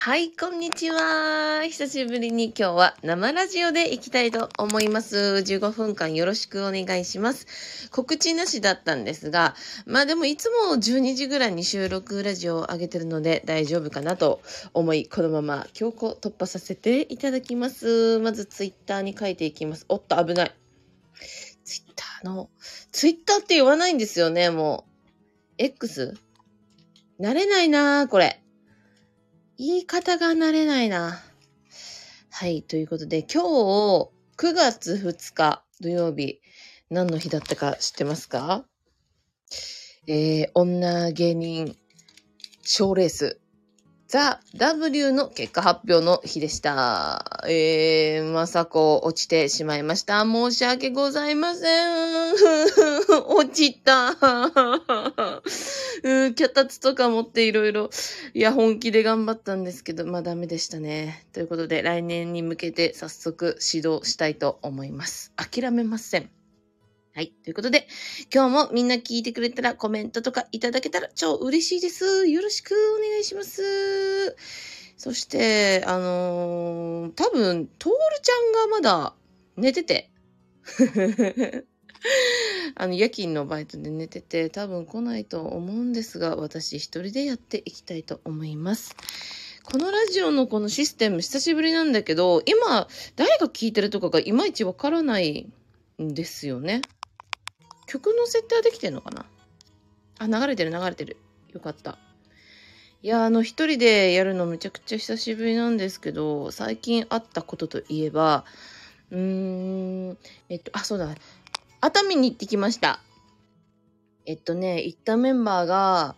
はい、こんにちは。久しぶりに今日は生ラジオで行きたいと思います。15分間よろしくお願いします。告知なしだったんですが、でもいつも12時ぐらいに収録ラジオを上げてるので大丈夫かなと思い、このまま強行突破させていただきます。まずツイッターに書いていきます。おっと、危ない。ツイッターって言わないんですよね、もう。X？ 慣れないなこれ。言い方が慣れないな。はい。ということで、今日、9月2日土曜日、何の日だったか知ってますか？女芸人賞レース、ザ・ W の結果発表の日でした。まさか落ちてしまいました。申し訳ございません。落ちた。脚立とか持っていろいろ、本気で頑張ったんですけど、ダメでしたね。ということで、来年に向けて早速指導したいと思います。諦めません。はい。ということで、今日もみんな聞いてくれたらコメントとかいただけたら超嬉しいです。よろしくお願いします。そして、多分、トールちゃんがまだ寝てて。夜勤のバイトで寝てて、多分来ないと思うんですが、私一人でやっていきたいと思います。このラジオのこのシステム久しぶりなんだけど、今、誰が聞いてるとかがいまいちわからないんですよね。曲の設定はできてんのかな？流れてる。よかった。一人でやるのめちゃくちゃ久しぶりなんですけど、最近あったことといえば、そうだ。熱海に行ってきました。行ったメンバーが、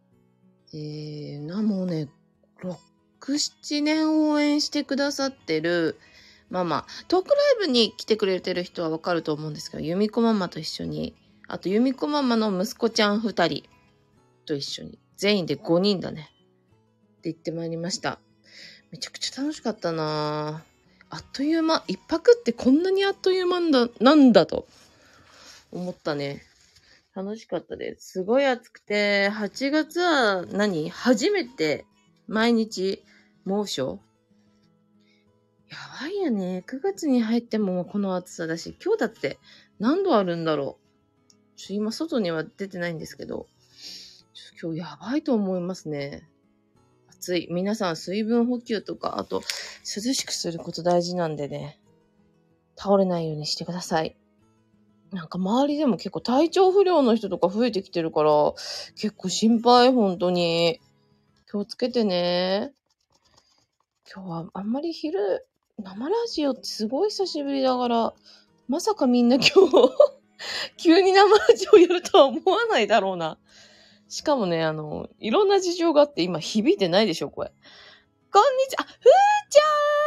もうね、6、7年応援してくださってる、トークライブに来てくれてる人はわかると思うんですけど、由美子ママと一緒に、あと由美子ママの息子ちゃん2人と一緒に、全員で5人だね。って言ってまいりました。めちゃくちゃ楽しかったなぁ。あっという間、一泊ってこんなにあっという間なんだと思ったね。楽しかったです。すごい暑くて、8月は初めて毎日猛暑？やばいよね。9月に入ってもこの暑さだし、今日だって何度あるんだろう。今外には出てないんですけど、今日やばいと思いますね。暑い。皆さん水分補給とか、あと涼しくすること大事なんでね。倒れないようにしてください。周りでも結構体調不良の人とか増えてきてるから、結構心配、本当に。気をつけてね。今日はあんまり生ラジオってすごい久しぶりだから、まさかみんな今日、急に生ラジオやるとは思わないだろうな。しかもね、いろんな事情があって今響いてないでしょ、これ。こんにちは、ふーち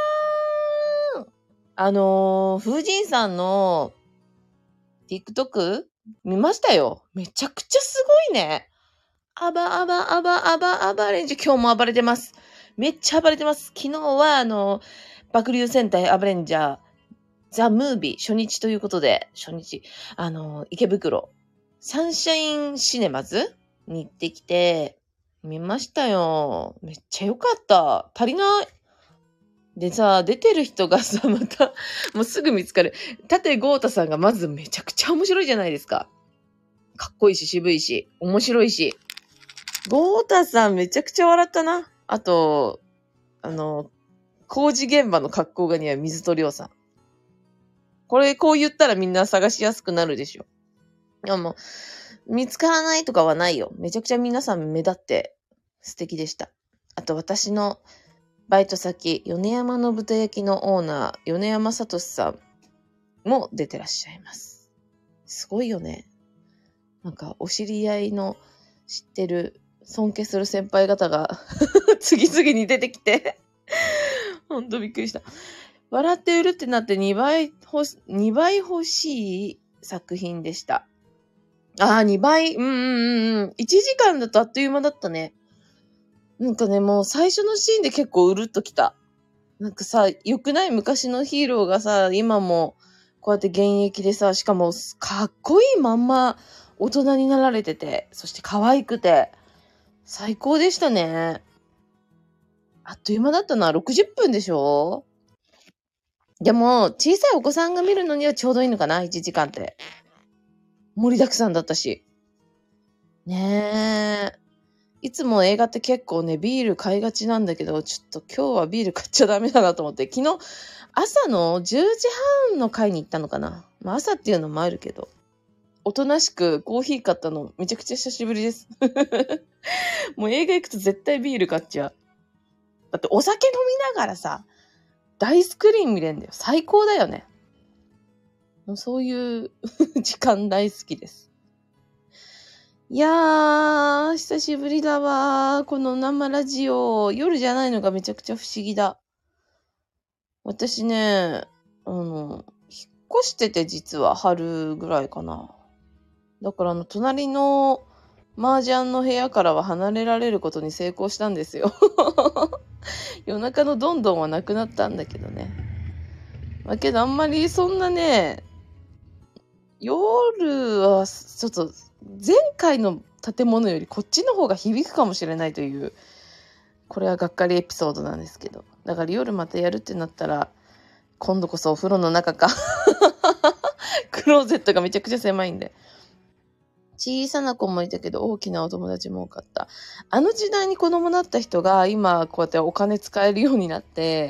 ゃん風神さんの TikTok 見ましたよ。めちゃくちゃすごいね。暴れんじゃ、今日も暴れてます。めっちゃ暴れてます。昨日は爆竜戦隊アブレンジャー、ザ・ムービー初日ということで、池袋、サンシャインシネマズに行ってきて、見ましたよ。めっちゃ良かった。足りない。でさ、出てる人がさ、また、もうすぐ見つかる。立豪太さんがまずめちゃくちゃ面白いじゃないですか。かっこいいし、渋いし、面白いし。豪太さんめちゃくちゃ笑ったな。あと、工事現場の格好が似合う水戸亮さん。こう言ったらみんな探しやすくなるでしょ。見つからないとかはないよ。めちゃくちゃ皆さん目立って素敵でした。あと私のバイト先、米山の豚焼きのオーナー、米山聡さんも出てらっしゃいます。すごいよね。お知り合いの知ってる、尊敬する先輩方が次々に出てきてほんとびっくりした。笑って売るってなって2倍欲しい作品でした。2倍。1時間だとあっという間だったね。もう最初のシーンで結構うるっときた。良くない昔のヒーローがさ、今もこうやって現役でさ、しかもかっこいいまんま大人になられてて、そして可愛くて、最高でしたね。 あっという間だったな。60分でしょ？でも、小さいお子さんが見るのにはちょうどいいのかな？ 1 時間って。盛りだくさんだったし。ねえ。いつも映画って結構ね、ビール買いがちなんだけど、ちょっと今日はビール買っちゃダメだなと思って、昨日、朝の10時半の会に行ったのかな。まあ朝っていうのもあるけど、おとなしくコーヒー買ったのめちゃくちゃ久しぶりです。もう映画行くと絶対ビール買っちゃう。だってお酒飲みながらさ、大スクリーン見れんだよ。最高だよね。もうそういう時間大好きです。いやー、久しぶりだわー。この生ラジオ。夜じゃないのがめちゃくちゃ不思議だ。私ね、引っ越してて実は春ぐらいかな。だから隣の麻雀の部屋からは離れられることに成功したんですよ。夜中のどんどんはなくなったんだけどね。だけどあんまりそんなね、夜はちょっと前回の建物よりこっちの方が響くかもしれないという、これはがっかりエピソードなんですけど。だから夜またやるってなったら、今度こそお風呂の中か。クローゼットがめちゃくちゃ狭いんで。小さな子もいたけど大きなお友達も多かった。あの時代に子供だった人が今こうやってお金使えるようになって、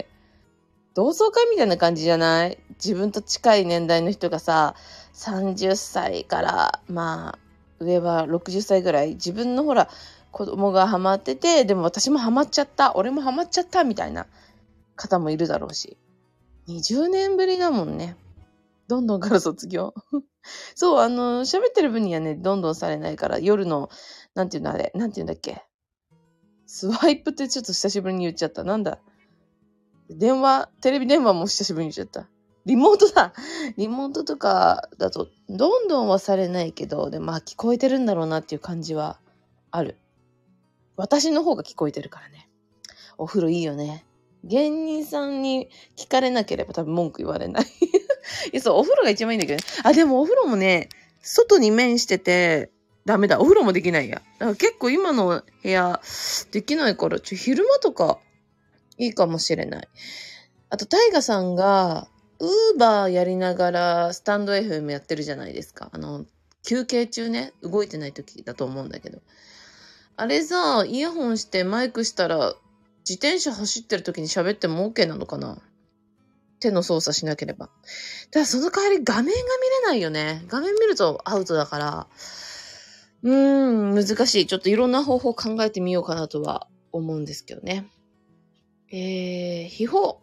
同窓会みたいな感じじゃない？自分と近い年代の人がさ、30歳から、まあ、上は60歳ぐらい、自分のほら、子供がハマってて、でも私もハマっちゃった、俺もハマっちゃったみたいな方もいるだろうし。20年ぶりだもんね。どんどんから卒業。そう、喋ってる分にはね、どんどんされないから、夜の、なんていうのあれ、なんていうんだっけ。スワイプってちょっと久しぶりに言っちゃった。なんだ。テレビ電話も久しぶりに言っちゃった。リモートだ。リモートとかだと、どんどんはされないけど、でもまあ聞こえてるんだろうなっていう感じはある。私の方が聞こえてるからね。お風呂いいよね。芸人さんに聞かれなければ多分文句言われない。いや、そう、お風呂が一番いいんだけどね。あ、でもお風呂もね、外に面してて、ダメだ。お風呂もできないや。だから結構今の部屋、できないから、昼間とか、いいかもしれない。あと、タイガさんが、ウーバーやりながら、スタンド FM やってるじゃないですか。休憩中ね、動いてない時だと思うんだけど。あれさ、イヤホンしてマイクしたら、自転車走ってる時に喋っても OK なのかな？手の操作しなければ。ただその代わり画面が見れないよね。画面見るとアウトだから。難しい。ちょっといろんな方法考えてみようかなとは思うんですけどね。秘宝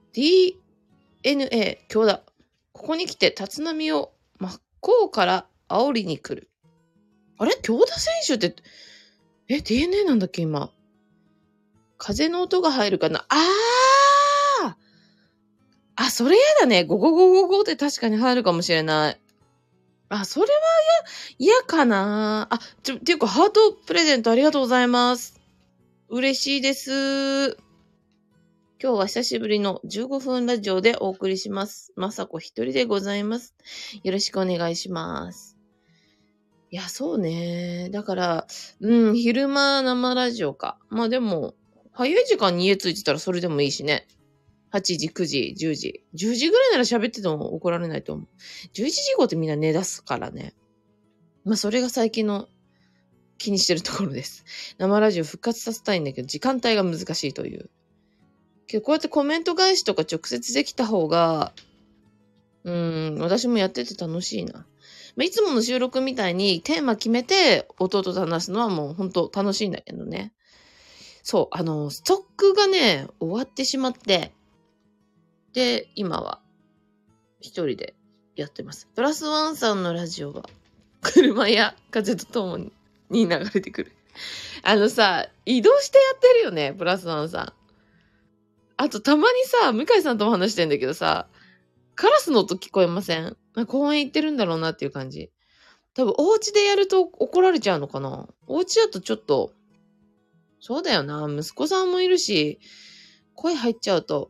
DNA 今日だ。ここに来て立浪を真っ向から煽りに来る。あれ京田選手って、DNA なんだっけ今。風の音が入るかな？それやだね。ゴゴゴゴゴって確かに入るかもしれない。それは嫌かな。っていうか、ハートプレゼントありがとうございます。嬉しいです。今日は久しぶりの15分ラジオでお送りします。まさこ一人でございます。よろしくお願いします。いや、そうね。だから、昼間生ラジオか。まあでも、早い時間に家着いてたらそれでもいいしね。8時、9時、10時。10時ぐらいなら喋ってても怒られないと思う。11時以降ってみんな寝出すからね。まあそれが最近の気にしてるところです。生ラジオ復活させたいんだけど、時間帯が難しいという。けどこうやってコメント返しとか直接できた方が、私もやってて楽しいな。いつもの収録みたいにテーマ決めて弟と話すのはもう本当楽しいんだけどね。そう、ストックがね、終わってしまって、で、今は一人でやってます。プラスワンさんのラジオは、車や風とともに流れてくる。移動してやってるよね、プラスワンさん。あと、たまにさ、向井さんとも話してんだけどさ、カラスの音聞こえません？公園行ってるんだろうなっていう感じ。多分、お家でやると怒られちゃうのかな？お家だとちょっと、そうだよな、息子さんもいるし、声入っちゃうと、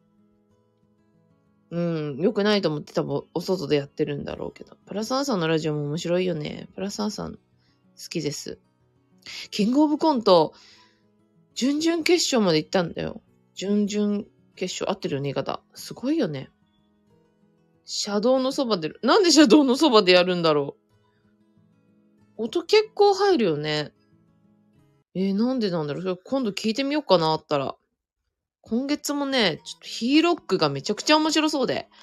良くないと思って多分、お外でやってるんだろうけど。プラスワンさんのラジオも面白いよね。プラスワンさん、好きです。キングオブコント、準々決勝まで行ったんだよ。 準々決勝。合ってるよね、言い方。すごいよね。車道のそばで、なんで車道のそばでやるんだろう。音結構入るよね。なんでなんだろう。それ今度聞いてみようかな、あったら。今月もね、ちょっとヒーロックがめちゃくちゃ面白そうで。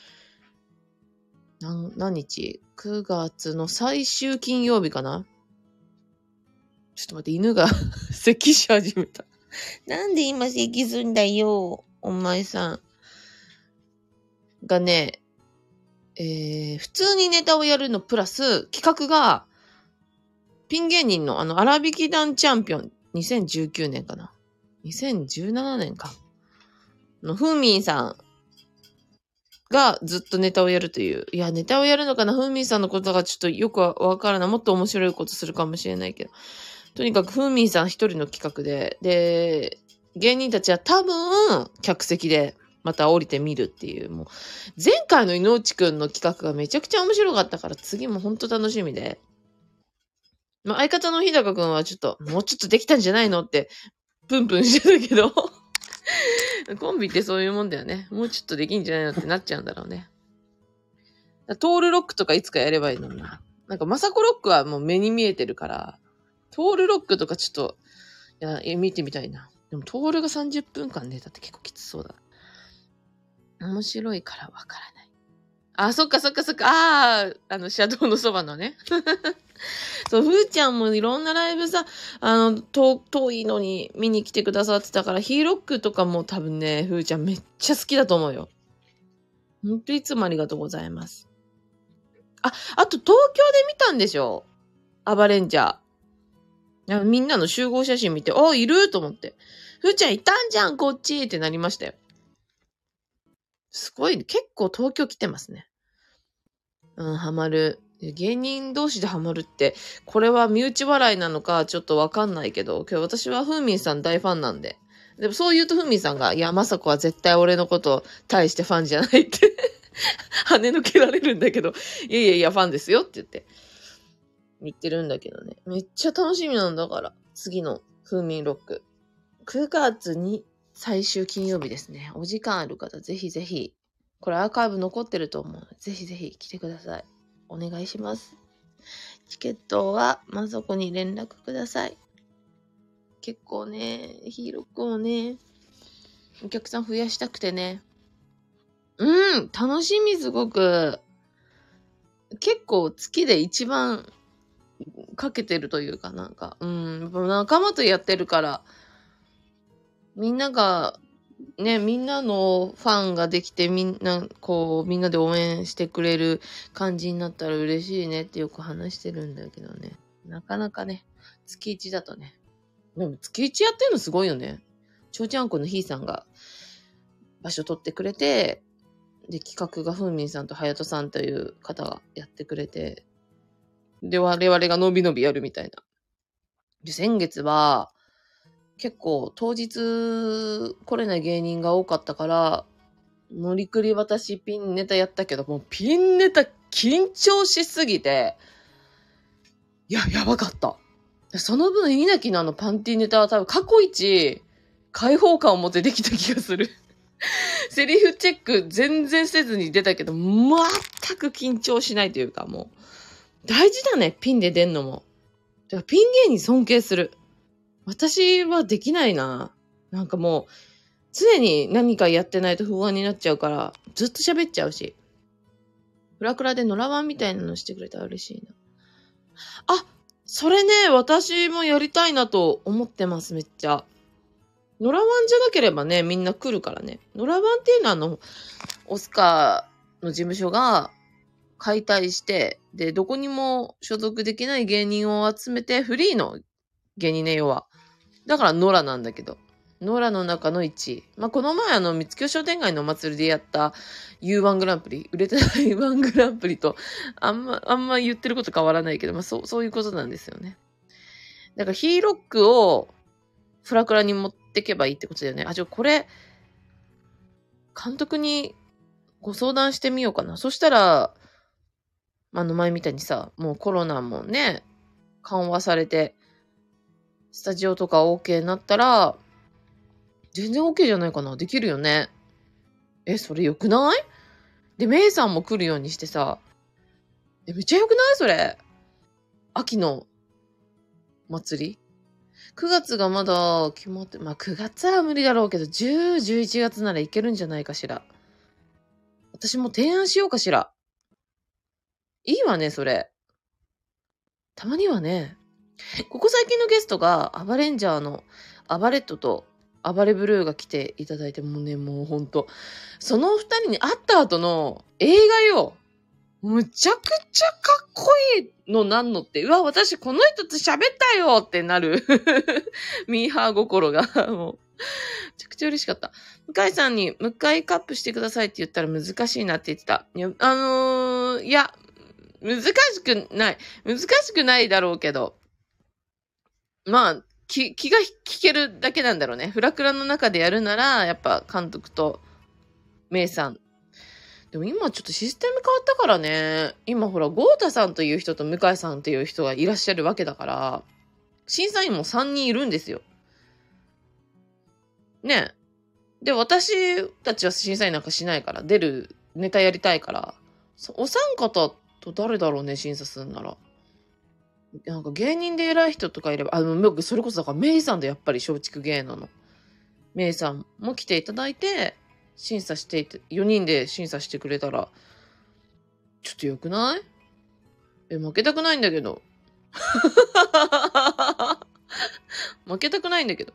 何日 ?9 月の最終金曜日かな。ちょっと待って、犬が咳し始めた。なんで今咳すんだよ、お前さん。がね、普通にネタをやるのプラス、企画が、ピン芸人の荒引き団チャンピオン、2019年かな。2017年か。ふーみんさんがずっとネタをやるという。いや、ネタをやるのかな、ふーみんさんのことがちょっとよくわからない。もっと面白いことするかもしれないけど。とにかく、ふーみんさん一人の企画で、芸人たちは多分、客席でまた降りてみるっていう、もう、前回の井之内くんの企画がめちゃくちゃ面白かったから、次もほんと楽しみで。まあ、相方の日高くんはちょっと、もうちょっとできたんじゃないのって、プンプンしてたけど、コンビってそういうもんだよね。もうちょっとできんじゃないのってなっちゃうんだろうね。トールロックとかいつかやればいいのにな。なんか、マサコロックはもう目に見えてるから、トールロックとかちょっと、見てみたいな。でも、トールが30分間ね、だって結構きつそうだ。面白いからわからない。あ、そっか。車道のそばのね。そう、ふーちゃんもいろんなライブさ、遠いのに見に来てくださってたから、ヒーロックとかも多分ね、ふーちゃんめっちゃ好きだと思うよ。ほんといつもありがとうございます。あと東京で見たんでしょ？アバレンジャー。みんなの集合写真見て、いると思って。ふーちゃんいたんじゃん、こっちってなりましたよ。すごい、ね、結構東京来てますね。ハマる。芸人同士でハマるって、これは身内笑いなのかちょっとわかんないけど、今日私はふーみんさん大ファンなんで。でもそう言うとふーみんさんが、いや、まさこは絶対俺のこと対してファンじゃないって跳ね抜けられるんだけど、いや、ファンですよって言ってるんだけどね。めっちゃ楽しみなんだから。次のふーみんロック。9月に最終金曜日ですね。お時間ある方、ぜひぜひ。これアーカイブ残ってると思う。ぜひぜひ来てください。お願いします。チケットはまさこに連絡ください。結構ね、ヒーロックをね、お客さん増やしたくてね。楽しみすごく。結構月で一番かけてるというかなんか、仲間とやってるから、みんなが、ね、みんなのファンができてみんなで応援してくれる感じになったら嬉しいねってよく話してるんだけどね。なかなかね、月1だとね。でも月1やってるのすごいよね。ちょうちゃんこのひーさんが場所取ってくれて、で、企画がふんみんさんとはやとさんという方がやってくれて、で、我々がのびのびやるみたいな。で、先月は、結構当日来れない芸人が多かったから、無理くり私ピンネタやったけど、もうピンネタ緊張しすぎて、やばかった。その分、稲城のパンティネタは多分過去一開放感を持ってできた気がする。セリフチェック全然せずに出たけど、全く緊張しないというか、もう、大事だね、ピンで出んのも。だからピン芸人尊敬する。私はできないな。なんかもう、常に何かやってないと不安になっちゃうから、ずっと喋っちゃうし。フラクラでノラワンみたいなのしてくれたら嬉しいな。それね、私もやりたいなと思ってます、めっちゃ。ノラワンじゃなければね、みんな来るからね。ノラワンっていうのはオスカーの事務所が解体して、で、どこにも所属できない芸人を集めて、フリーの芸人ね、要は。だからノラなんだけど。ノラの中の1位。この前三月商店街のお祭りでやった U1 グランプリ、売れてない U1 グランプリと、あんま言ってること変わらないけど、そういうことなんですよね。だからヒーロックをフラクラに持ってけばいいってことだよね。これ、監督にご相談してみようかな。そしたら、前みたいにさ、もうコロナもね、緩和されて、スタジオとか OK になったら、 全然 OK じゃないかな。できるよね。それよくない？で、メイさんも来るようにしてさ。めっちゃよくないそれ。秋の祭り？ 9 月がまだ決まって、9月は無理だろうけど、10、11月ならいけるんじゃないかしら。私も提案しようかしら。いいわね、それ。たまにはね。ここ最近のゲストが、アバレンジャーのアバレットとアバレブルーが来ていただいて、もうほんと、その二人に会った後の映画よ。むちゃくちゃかっこいいのなんのって、うわ、私この人と喋ったよってなる。ミーハー心が、もう、めちゃくちゃ嬉しかった。向井さんに、向井カップしてくださいって言ったら難しいなって言ってた。いや、難しくない。難しくないだろうけど、気が利けるだけなんだろうね。フラクラの中でやるなら、やっぱ監督とメイさん。でも今ちょっとシステム変わったからね。今ほら、ゴータさんという人と向井さんという人がいらっしゃるわけだから、審査員も3人いるんですよ。ね。で、私たちは審査員なんかしないから、出るネタやりたいから、お三方と誰だろうね、審査するなら。なんか芸人で偉い人とかいれば、それこそだからメイさんでやっぱり松竹芸能の。メイさんも来ていただいて、審査していて、4人で審査してくれたら、ちょっとよくない？負けたくないんだけど。負けたくないんだけど。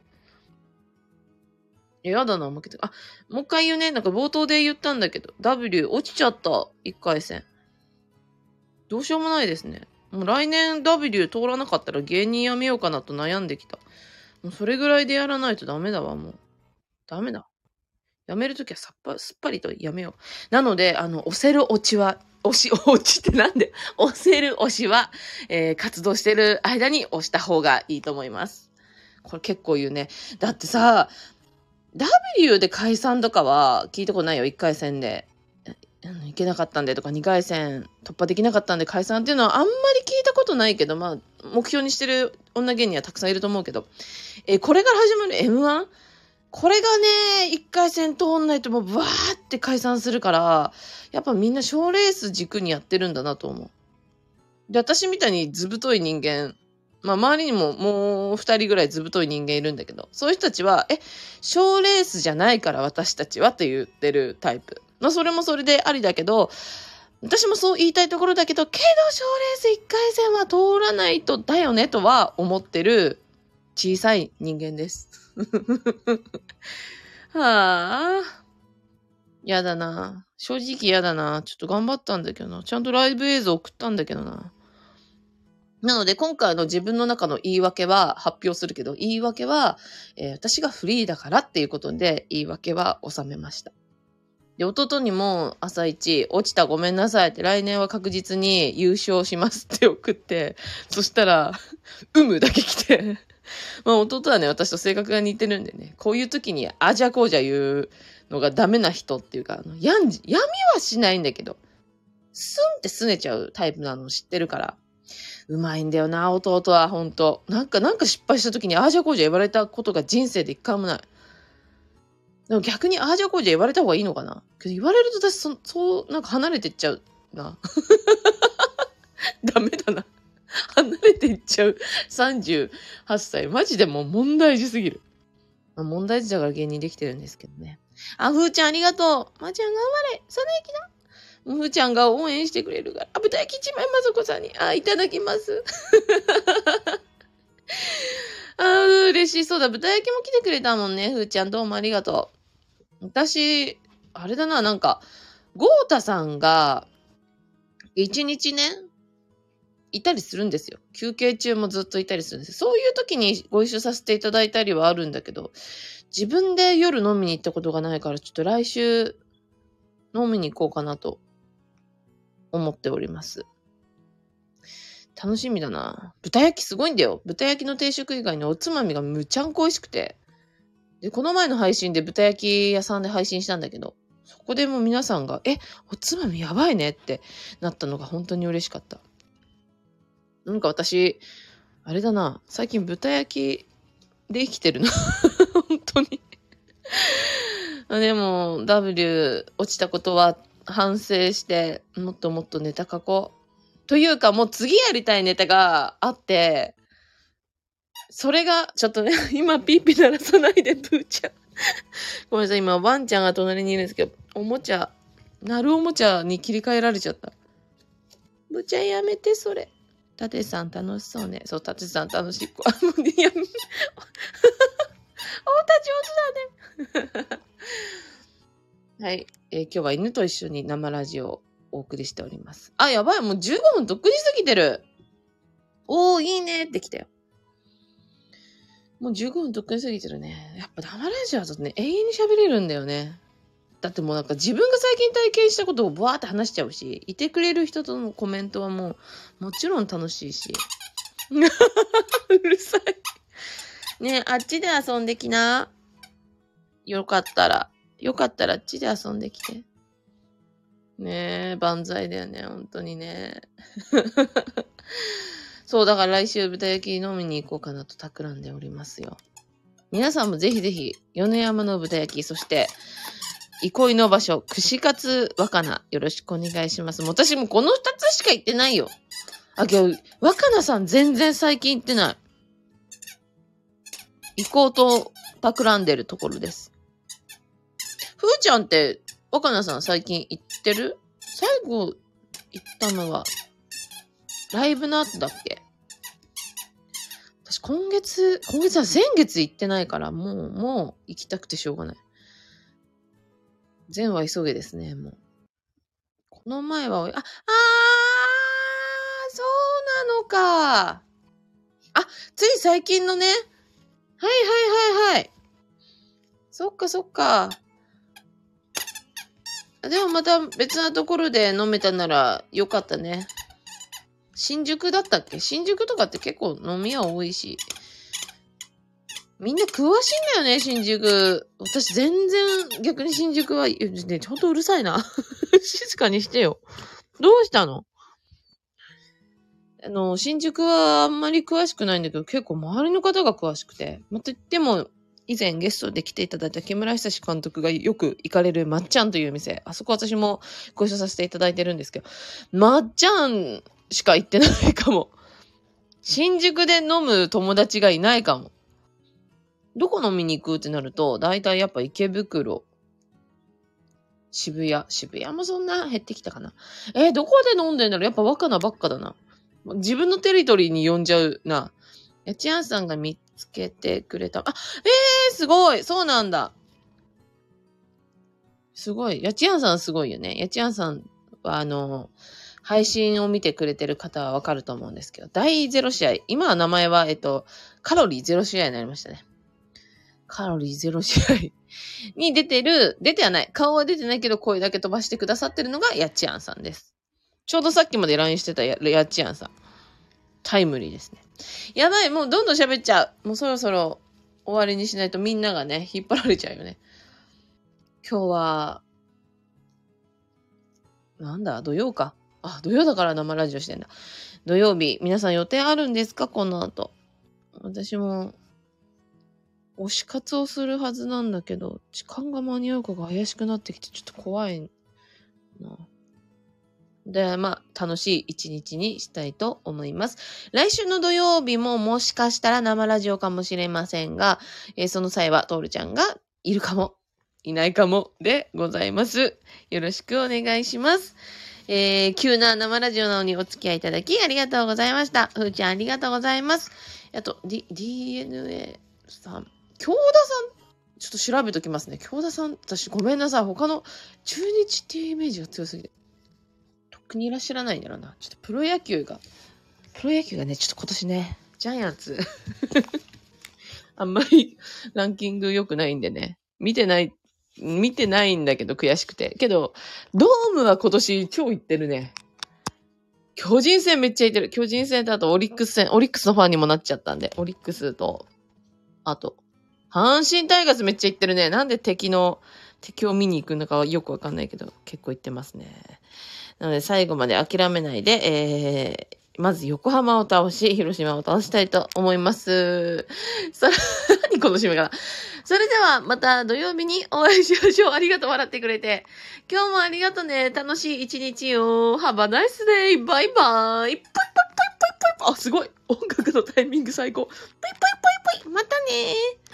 やだな、負けた。もう一回言うね。なんか冒頭で言ったんだけど、W 落ちちゃった。1回戦。どうしようもないですね。もう来年 W 通らなかったら芸人辞めようかなと悩んできた。もうそれぐらいでやらないとダメだわ、もう。ダメだ。辞めるときはすっぱりとやめよう。なので、押せる落ちってなんで押せる押しは、活動してる間に押した方がいいと思います。これ結構言うね。だってさ、W で解散とかは聞いたことないよ、1回戦で。いけなかったんでとか、2回戦突破できなかったんで解散っていうのはあんまり聞いたことないけど、目標にしてる女芸人はたくさんいると思うけど、これから始まる M1？ これがね、1回戦通んないともうブワーって解散するから、やっぱみんな賞レース軸にやってるんだなと思う。で、私みたいに図太い人間、周りにももう2人ぐらい図太い人間いるんだけど、そういう人たちは、賞レースじゃないから私たちはって言ってるタイプ。それもそれでありだけど、私もそう言いたいところだけど、けど賞レース1回戦は通らないとだよねとは思ってる小さい人間です。はあ。やだな。正直やだな。ちょっと頑張ったんだけどな。ちゃんとライブ映像送ったんだけどな。なので今回の自分の中の言い訳は発表するけど、言い訳は、私がフリーだからっていうことで言い訳は収めました。で、弟にも朝一、落ちたごめんなさいって来年は確実に優勝しますって送って、そしたら、だけ来て、弟はね、私と性格が似てるんでね、こういう時にあじゃこうじゃ言うのがダメな人っていうか、闇はしないんだけど、スンって拗ねちゃうタイプなの知ってるから。うまいんだよな、弟は、ほんと。なんか失敗した時にああじゃこうじゃ言われたことが人生で一回もない。でも逆にああじゃこうじゃ言われた方がいいのかな？けど言われると私なんか離れてっちゃうな。ダメだな。離れていっちゃう。38歳。マジでもう問題児すぎる。問題児だから芸人できてるんですけどね。ふーちゃんありがとう。まーちゃん頑張れ。その駅だ。ふーちゃんが応援してくれるから。豚焼き一枚まぞこさんに。いただきます。嬉しい。そうだ。豚焼きも来てくれたもんね。ふーちゃんどうもありがとう。私、あれだな、なんか、ゴータさんが、一日ね、いたりするんですよ。休憩中もずっといたりするんですよ。そういう時にご一緒させていただいたりはあるんだけど、自分で夜飲みに行ったことがないから、ちょっと来週飲みに行こうかなと思っております。楽しみだな。豚焼きすごいんだよ。豚焼きの定食以外におつまみがむちゃんこ美味しくて。で、この前の配信で豚焼き屋さんで配信したんだけど、そこでも皆さんが、おつまみやばいねってなったのが本当に嬉しかった。なんか私、あれだな、最近豚焼きで生きてるな。本当に。 でも、W 落ちたことは反省して、もっともっとネタ書こう。というか、もう次やりたいネタがあって、それが、ちょっとね、今ピーピー鳴らさないで、プーちゃん。ごめんなさい、今ワンちゃんが隣にいるんですけど、鳴るおもちゃに切り替えられちゃった。ブーちゃんやめて、それ。タテさん楽しそうね。そう、タテさん楽しい子。もういや、おた上手だね。はい、今日は犬と一緒に生ラジオをお送りしております。あ、やばい、もう15分とっくに過ぎてる。おー、いいねってきたよ。もう15分とっくに過ぎてるね。やっぱ生ラジオだとね、永遠に喋れるんだよね。だってもうなんか自分が最近体験したことをバーって話しちゃうし、いてくれる人とのコメントはもちろん楽しいし。うるさい。ねえ、あっちで遊んできな。よかったらあっちで遊んできて。ねえ、万歳だよね、本当にね。そう、だから来週豚焼き飲みに行こうかなと企んでおりますよ。皆さんもぜひぜひ、米山の豚焼き、そして、憩いの場所、串カツ若菜、よろしくお願いします。私もこの2つしか行ってないよ。あ、今日、若菜さん全然最近行ってない。行こうと企んでるところです。ふーちゃんって、若菜さん最近行ってる？最後行ったのは、ライブの後だっけ？私今月は先月行ってないから、もう行きたくてしょうがない。善は急げですね、もう。この前は、そうなのか。あ、つい最近のね。はい。そっか。でもまた別なところで飲めたならよかったね。新宿だったっけ？新宿とかって結構飲み屋多いし。みんな詳しいんだよね、新宿。私全然逆に新宿は、ね、ちょっとうるさいな。静かにしてよ。どうしたの？新宿はあんまり詳しくないんだけど、結構周りの方が詳しくて。また言っても、以前ゲストで来ていただいた木村久志監督がよく行かれるまっちゃんという店。あそこ私もご一緒させていただいてるんですけど、まっちゃんしか行ってないかも。新宿で飲む友達がいないかも。どこ飲みに行くってなると、だいたいやっぱ池袋、渋谷もそんな減ってきたかな。どこで飲んでんだろう？やっぱ若菜ばっかだな。自分のテリトリーに呼んじゃうな。やちやんさんが見つけてくれた。すごい！そうなんだ。すごい。やちやんさんすごいよね。やちやんさんは配信を見てくれてる方はわかると思うんですけど、第0試合。今は名前は、カロリー0試合になりましたね。カロリー0試合に出てはない。顔は出てないけど声だけ飛ばしてくださってるのがやっちゃんさんです。ちょうどさっきまで LINE してたやっちゃんさん。タイムリーですね。やばい、もうどんどん喋っちゃう。もうそろそろ終わりにしないとみんながね、引っ張られちゃうよね。今日は、なんだ、土曜か。土曜だから生ラジオしてんだ。土曜日、皆さん予定あるんですか？この後。私も、推し活をするはずなんだけど、時間が間に合うかが怪しくなってきて、ちょっと怖いな。で、楽しい一日にしたいと思います。来週の土曜日ももしかしたら生ラジオかもしれませんが、その際はトールちゃんがいるかも、いないかもでございます。よろしくお願いします。急な生ラジオなのにお付き合いいただきありがとうございました。ふーちゃんありがとうございます。あと、DNA さん。京田さん、ちょっと調べときますね。京田さん、私ごめんなさい。他の中日っていうイメージが強すぎて。とっくにいらっしゃらないんだろうな。ちょっとプロ野球がね、ちょっと今年ね、ジャイアンツ、あんまりランキング良くないんでね。見てないんだけど悔しくて。けど、ドームは今年超行ってるね。巨人戦めっちゃ行ってる。巨人戦とあとオリックス戦。オリックスのファンにもなっちゃったんで。オリックスと、あと、阪神タイガースめっちゃ行ってるね。なんで敵を見に行くのかはよくわかんないけど、結構行ってますね。なので最後まで諦めないで、まず横浜を倒し、広島を倒したいと思います。さらに何この締め方。それでは、また土曜日にお会いしましょう。ありがとう、笑ってくれて。今日もありがとね。楽しい一日を。Have a nice day. バイバイ。ぽいぽいぽいぽいぽい。あ、すごい。音楽のタイミング最高。ぽいぽいぽいぽい。またねー。